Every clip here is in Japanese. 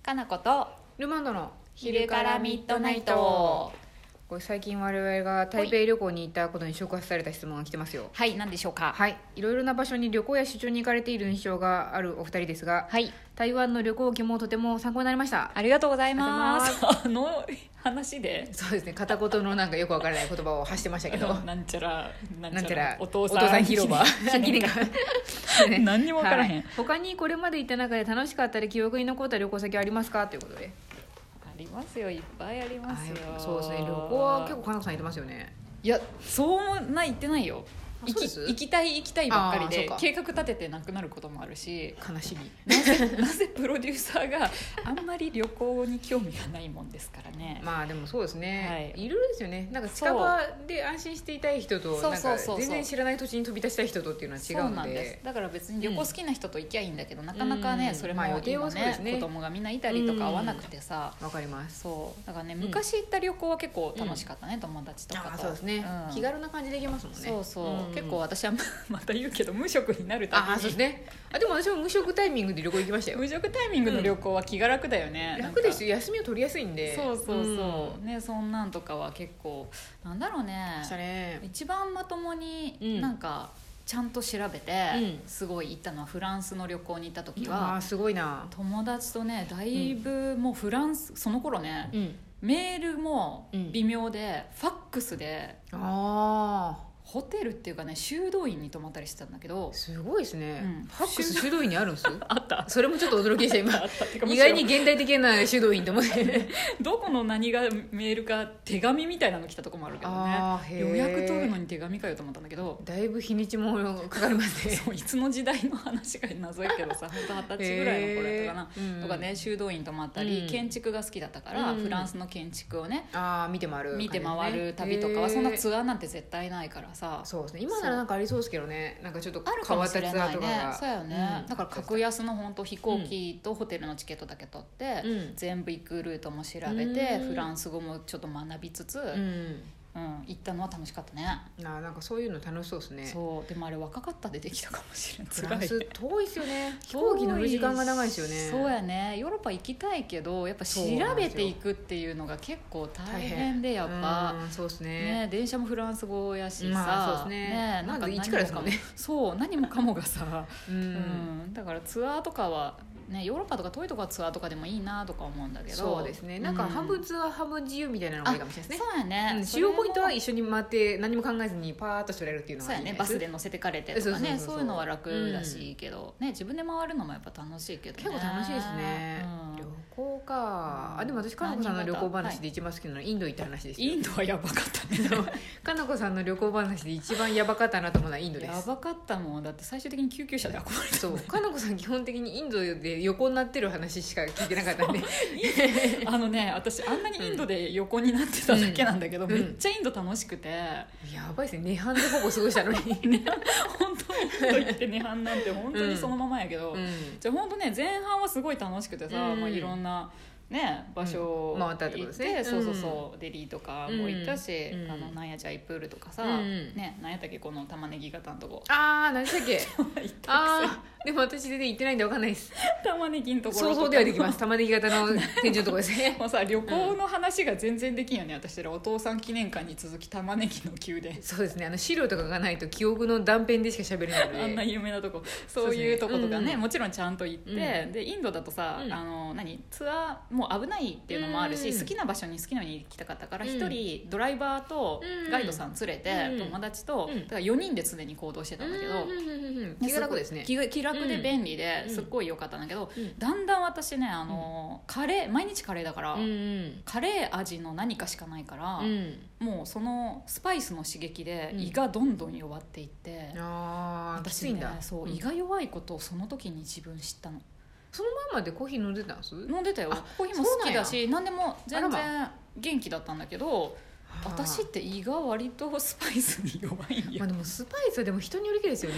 かなことルマンドの昼からミッドナイト。 これ最近我々が台北旅行に行ったことに触発された質問が来てますよ。 はい、何でしょうか。 はい、いろいろな場所に旅行や出張に行かれている印象があるお二人ですが、 はい、 台湾の旅行記もとても参考になりました。 ありがとうございまありす。あの話でそうですね、片言のなんかよくわからない言葉を発してましたけどなんちゃらなんちゃらお父さん広場記念館何にも分からへん、 はい、他にこれまで行った中で楽しかったり記憶に残った旅行先ありますかということで。 ありますよ、いっぱいありますよ。 そうですね、旅行は結構かなこさん行ってますよね。 いや、そうもない、行ってないよ。行きたいばっかりで計画立ててなくなることもあるし、 悲しみなぜプロデューサーがあんまり旅行に興味がないもんですからね。 まあでもそうですね、 はい、 いろいろですよね。なんか近場で安心していたい人と、なんか全然知らない土地に飛び出したい人とっていうのは違うので。 そうなんです。だから別に旅行好きな人と行きゃいいんだけど、なかなかね、それも今ね、子供がみんないたりとか合わなくてさ。 わかります。 そうだからね、昔行った旅行は結構楽しかったね、友達とかと。 そうですね、気軽な感じで行けますもんね。 そうそう、結構私はまた言うけど無職になるために。 そうですね。でも私も無職タイミングで旅行行きましたよ。 無職タイミングの旅行は気が楽だよね、 楽ですよ、休みを取りやすいんで。 そうそうそう、ね、そんなんとかは結構なんだろうね、一番まともになんかちゃんと調べて、すごい行ったのはフランスの旅行に行った時は、 すごいな。 友達とね、だいぶもうフランス、その頃ね、メールも微妙で、ファックスで、ホテルっていうかね、修道院に泊まったりしてたんだけど。 すごいですね、ファックス修道院にあるんですあった。 それもちょっと驚きでした今意外に現代的な修道院と思ってどこの何がメールか手紙みたいなの来たとこもあるけどね、予約取るのに手紙かよと思ったんだけど、 だいぶ日にちもかかりますねそう、いつの時代の話が謎いけどさ、本当20歳ぐらいの頃やったかな、とかね、修道院泊まったり、建築が好きだったから、フランスの建築をね、見て回る旅とかは、そんなツアーなんて絶対ないからさ。 そうですね、今ならなんかありそうですけどね、なんかちょっと変わったツアーとかが。 そうやね、だから格安の本当飛行機とホテルのチケットだけ取って、全部行くルートも調べて、フランス語もちょっと学びつつ、行ったのは楽しかったね。 なんかそういうの楽しそうですね。 そうでもあれ若かったでできたかもしれない。 フランス遠いですよね、飛行機乗る時間が長いですよね。 そうやね、ヨーロッパ行きたいけど、やっぱ調べていくっていうのが結構大変で、やっぱそうですね、 電車もフランス語やしさ、 そうですね、なんか一からですもんね。 そう、何もかもがさ、だからツアーとかはね、ヨーロッパとか遠いとこはツアーとかでもいいなとか思うんだけど。 そうですね、なんか半分ツアー半分自由みたいなのがいいかもしれないですね。 そうやね、 主要ポイントは一緒に回って何も考えずにパーッと取れるっていうのがいい。 そうやね、バスで乗せてかれてとかね、そういうのは楽だし、けどね、自分で回るのもやっぱ楽しいけどね。 結構楽しいですね、旅行か。でも私かなこさんの旅行話で一番好きなのはインド行った話ですよ。 インドはやばかったねかなこさんの旅行話で一番やばかったなと思うのはインドです。 やばかったもん、だって最終的に救急車で運ばれた。 そう、かなこさん基本的にインドで横になってる話しか聞いてなかったんで私あんなにインドで横になってただけなんだけど、めっちゃインド楽しくて、 やばいですね、涅槃でほぼ過ごしたのに本当にインド行って涅槃なんて本当にそのままやけど、じゃあ本当ね、前半はすごい楽しくてさ、いろんなね、場所回ったってことですね。 そうそうそう、デリーとかも行ったし、なんやジャイプールとかさ、ね、なんやったっけ、この玉ねぎ型のとこ、 何でしたっけでも私全然行ってないんで分かんないです。 玉ねぎのところとか想像ではできます。玉ねぎ型の天井のところですねもうさ、旅行の話が全然できんよね、私らお父さん記念館に続き玉ねぎの宮殿。 そうですね、資料とかがないと記憶の断片でしか喋れないのであんな有名なとこ、そういうとことかね、もちろんちゃんと行って、でインドだとさ、ツアーもう危ないっていうのもあるし、好きな場所に好きなように行きたかったから、一人ドライバーとガイドさん連れて、友達と、だから4人で常に行動してたんだけど、 気が楽ですね。 気楽で便利ですっごい良かったんだけど、だんだん私ね、カレー、毎日カレーだから、カレー味の何かしかないから、もうそのスパイスの刺激で胃がどんどん弱っていって、私ね、そう、胃が弱いことをその時に自分知ったの。 そのままでコーヒー飲んでたんです？ 飲んでたよ。コーヒーも好きだし、何でも全然元気だったんだけど、私って胃が割とスパイスに弱いんや。 でもスパイスはでも人によりけりですよね。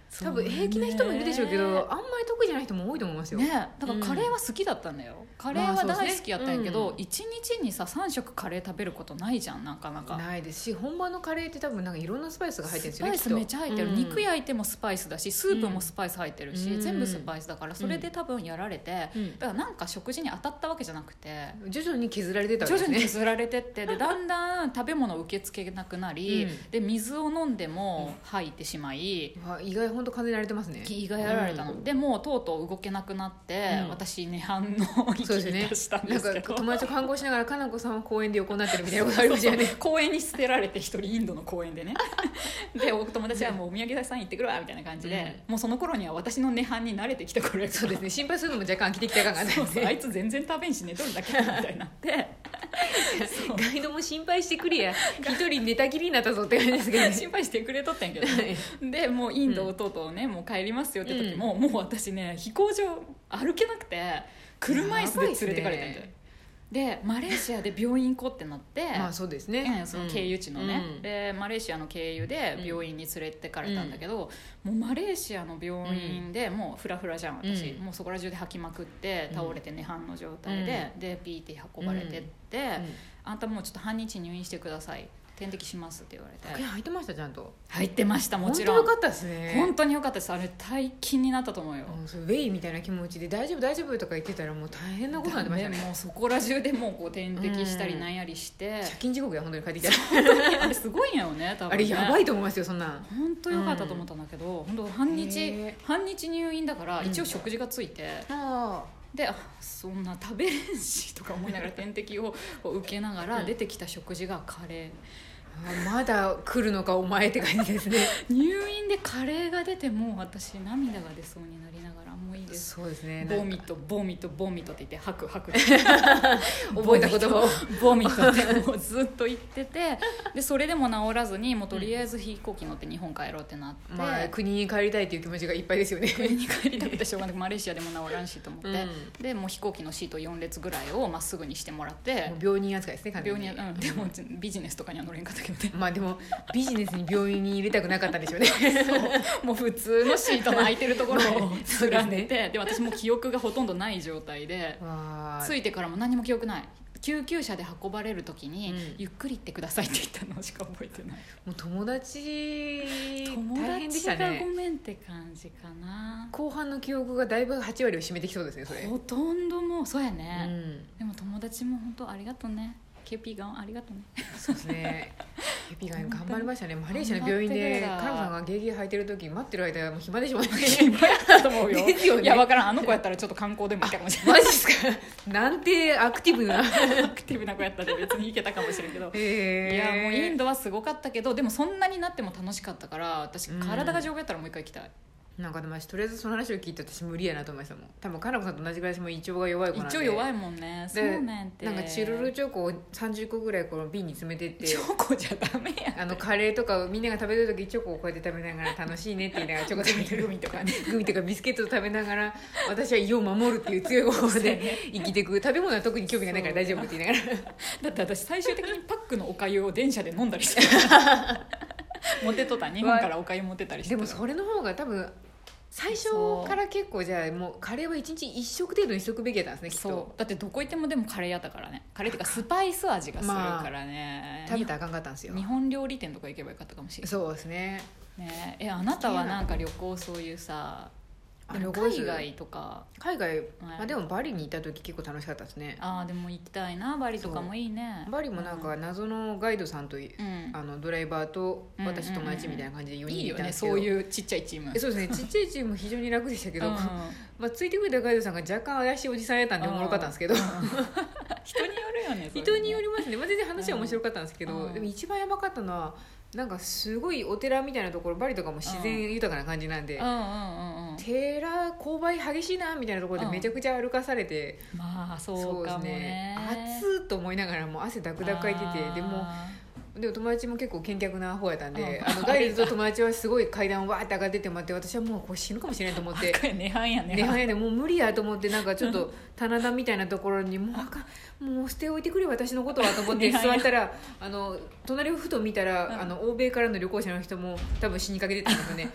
多分平気な人もいるでしょうけど、あんまり得意じゃない人も多いと思いますよ、 ね、だからカレーは好きだったんだよ、カレーは大好きやったんやけど、1日にさ3食カレー食べることないじゃん、なかなかないですし、本場のカレーって多分なんかいろんなスパイスが入ってるんですよね。 スパイスめっちゃ入ってる、肉焼いてもスパイスだし、スープもスパイス入ってるし、全部スパイスだから、それで多分やられて、だからなんか食事に当たったわけじゃなくて、 徐々に削られてたわけですね。 徐々に削られてってでだんだん食べ物を受け付けなくなり、で水を飲んでも吐いてしまい、 意外本当完全にやられてますね。 胃がやられたの、でもうとうとう動けなくなって、私涅槃の域に達したんですけど、 なんか友達と観光しながらかなこさんは公園で横になってるみたいなことあるじゃんね。 公園に捨てられて一人インドの公園でねでお友達はもうお土産屋さん行ってくるわみたいな感じで、もうその頃には私の涅槃に慣れてきた頃やから、 そうですね、心配するのも若干飽きてきた感があって、 そうあいつ全然食べんし寝とるだけみたいになってガイドも心配してくれや、一人寝たきりになったぞって感じですけど、ね、 心配してくれとったんやけど、ね、でもうインドをとうとうね、もう帰りますよって時も、もう私ね飛行場歩けなくて車椅子で連れてかれたんじゃない。でマレーシアで病院行こうってなってまあそうですね、 その経由地のね、でマレーシアの経由で病院に連れてかれたんだけど、もうマレーシアの病院でもうフラフラじゃん私、もうそこら中で吐きまくって倒れて涅槃の状態で、でピーって運ばれてって、あんたもうちょっと半日入院してください、点滴しますって言われて。 入ってました？ちゃんと入ってました。もちろん本当よかったですね。 本当によかったです。あれ大金になったと思うよ、 そうウェイみたいな気持ちで大丈夫大丈夫とか言ってたらもう大変なことになってましたね。 もうそこら中でもうこう点滴したりなんやりして、 借金地獄や本当に帰ってきた本当にあれすごいんやよね多分ね。 あれやばいと思いますよそんなん。 本当よかったと思ったんだけど、本当半日入院だから一応食事がついて、でそんな食べれんしとか思いながら点滴を受けながら出てきた食事がカレー。 まだ来るのかお前って感じですね。 入院でカレーが出てもう私涙が出そうになりながらもういいです、 そうですね、 ボミットボミットボミットって言って吐く覚えた言葉をボミットってもうずっと言ってて、でそれでも治らずにもうとりあえず飛行機乗って日本帰ろうってなって、 まあ、国に帰りたいっていう気持ちがいっぱいですよね。 国に帰りたくてしょうがなくマレーシアでも治らんしと思って、でもう飛行機のシート4列ぐらいをまっすぐにしてもらって、 もう病人扱いですね完全に。 病人、でもビジネスとかには乗れんかったけどね。 まあでもビジネスに病院に入れたくなかったんでしょうね。 そうもう普通のシートの空いてるところを連ねて、で私も記憶がほとんどない状態で、着いてからも何も記憶ない。救急車で運ばれる時に、ゆっくり行ってくださいって言ったのしか覚えてない。 もう友達大変でしたね。 友達がごめんって感じかな。 後半の記憶がだいぶ8割を占めてきそうですねそれ。 ほとんどもうそうやね、でも友達も本当ありがとうね。ケピガンありがとうね。 そうですね。ケピガン頑張りましたね。マレーシアの病院でカナコさんがゲーゲー吐いてる時待ってる間もう暇でしょうね。 暇やったと思うよ。 ですよね。 いや分からん、あの子やったらちょっと観光でも行ったかもしれない。 マジですか。なんてアクティブなアクティブな子やったで別に行けたかもしれんけど、いやもうインドはすごかったけど、でもそんなになっても楽しかったから私体が丈夫やったらもう一回行きたい。 なんかでもとりあえずその話を聞いて私無理やなと思いましたもん。多分かなこさんと同じぐらい私も胃腸が弱い子なんで。 胃腸弱いもんね。そうなんて。 なんかチルルチョコを30個ぐらいこの瓶に詰めてって、 チョコじゃダメやカレーとかみんなが食べてる時チョコをこうやって食べながら楽しいねって言いながらチョコ食べてるグミとかねグミとかビスケットを食べながら私は胃を守るっていう強い心で生きていく。食べ物は特に興味がないから大丈夫って言いながらだって私最終的にパックのおかゆを電車で飲んだりして持ってとった。日本からおかゆ持ってたりして。 でもそれの方が多分最初から結構じゃあもうカレーは1日1食程度にしとくべきだったんですねきっと。 そうだってどこ行ってもでもカレーやったからね。カレーっていうかスパイス味がするからね、 食べたらあかんかったんですよ。 日本料理店とか行けばよかったかもしれない。 そうですね。 あなたはなんか旅行そういうさ、海外とか。 海外、でもバリにいた時結構楽しかったですね。 でも行きたいな。バリとかもいいね。 バリもなんか謎のガイドさんと、ドライバーと私友達みたいな感じで4人いたんですけど、 いいよねそういうちっちゃいチーム。 そうですね、ちっちゃいチーム非常に楽でしたけど、ついてくれたガイドさんが若干怪しいおじさんやったんでおもろかったんですけど、 人によるよね。 人によりますね。全然話は面白かったんですけど、でも一番やばかったのはなんかすごいお寺みたいなところ、バリとかも自然豊かな感じなんで、寺勾配激しいなみたいなところでめちゃくちゃ歩かされて、 まあそうかもね。 暑っと思いながらも汗ダクダクかいてて、でも友達も結構健脚な方やったんで、ガイドと友達はすごい階段をわーって上がってって待って、私はもうこれ死ぬかもしれないと思って涅槃やね。 涅槃やでもう無理やと思って、なんかちょっと棚田みたいなところにもう捨ておいてくれ私のことはと思って座ったら隣をふと見たら欧米からの旅行者の人も多分死にかけてたんですよね。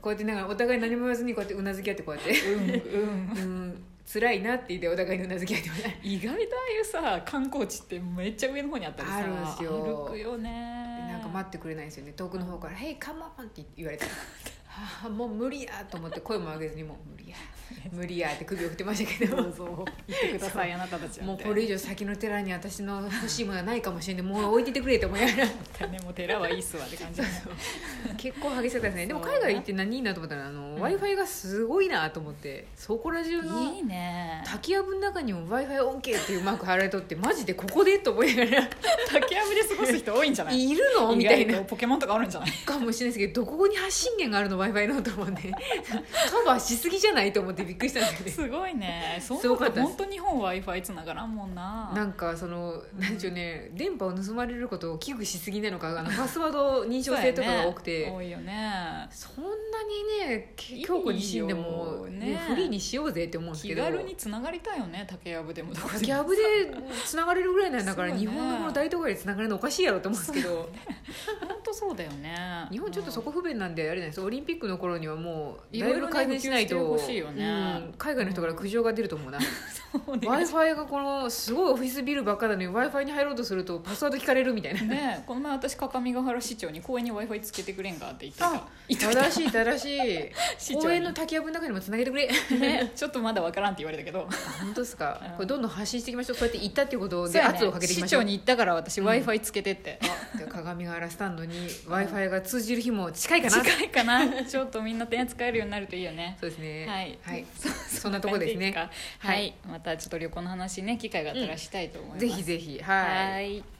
こうやってなんかお互い何も言わずにこうやってうなずき合ってこうやって辛いなって言ってお互いにうなずき合ってもね意外とああいうさ観光地ってめっちゃ上の方にあったりさあるんですよ歩くよね。 なんか待ってくれないんですよね、遠くの方から「Hey come on」って言われてはあ、もう無理やと思って声も上げずにもう無理や無理やって首を振ってましたけどどうぞ言ってくださいあなたたちもうこれ以上先の寺に私の欲しいものはないかもしれない、もう置いててくれと思いながらね、もう寺はいいっすわって感じだね結構激しかったですね。でも海外行って何いいなと思ったらw i f i がすごいなと思って、そこら中のいいね滝やぶの中にも Wi-Fi OK っていうマーク貼られとってマジでここでと思いながら竹やぶで過ごす人多いんじゃないいるのみたいなポケモンとかあるんじゃないかもしれないですけど、どこに発信源があるの Wi-Fi のと思ってカバーしすぎじゃないと思ってびっくりしたんですけどすごいね。そうすごかったです。 本当日本 Wi-Fi つながらんもんな。 なんかその何でしょうね、電波を盗まれることを危惧しすぎなのかパスワード認証制とかが多くて、 多いよね。 そんなにね強固に死んでも、ね、フリーにしようぜって思うんですけど、 気軽につながりたいよね。竹やぶでも竹やぶでつながれるぐらいなんだから、日本のこの大都会でつながるのおかしいやろと思うんですけど、 本当そうだよね。 日本ちょっとそこ不便なんであれなんです、オリンピックの頃にはもうだいぶ改善しないと、海外の人から苦情が出ると思うな。Wi-Fi がこのすごいオフィスビルばっかなのに Wi-Fi に入ろうとするとパスワード聞かれるみたいなね。この前私各務原市長に公園に Wi-Fi つけてくれんかって言ってた。 正しい正しい公園の竹やぶの中にもつなげてくれ、 ね、ちょっとまだわからんって言われたけど本当ですか、これどんどん発信していきましょう。そうやって言ったっていうことで圧をかけていきましょう。 市長に言ったから私 Wi-Fi つけてって、 鏡ヶ原スタンドに Wi-Fi が通じる日も近いかな、 近いかなちょっとみんな使えるようになるといいよね。 そうですね、 はい、 そんなとこですね。 はい、またちょっと旅行の話ね機会があったらしたいと思います。 ぜひぜひ、はい。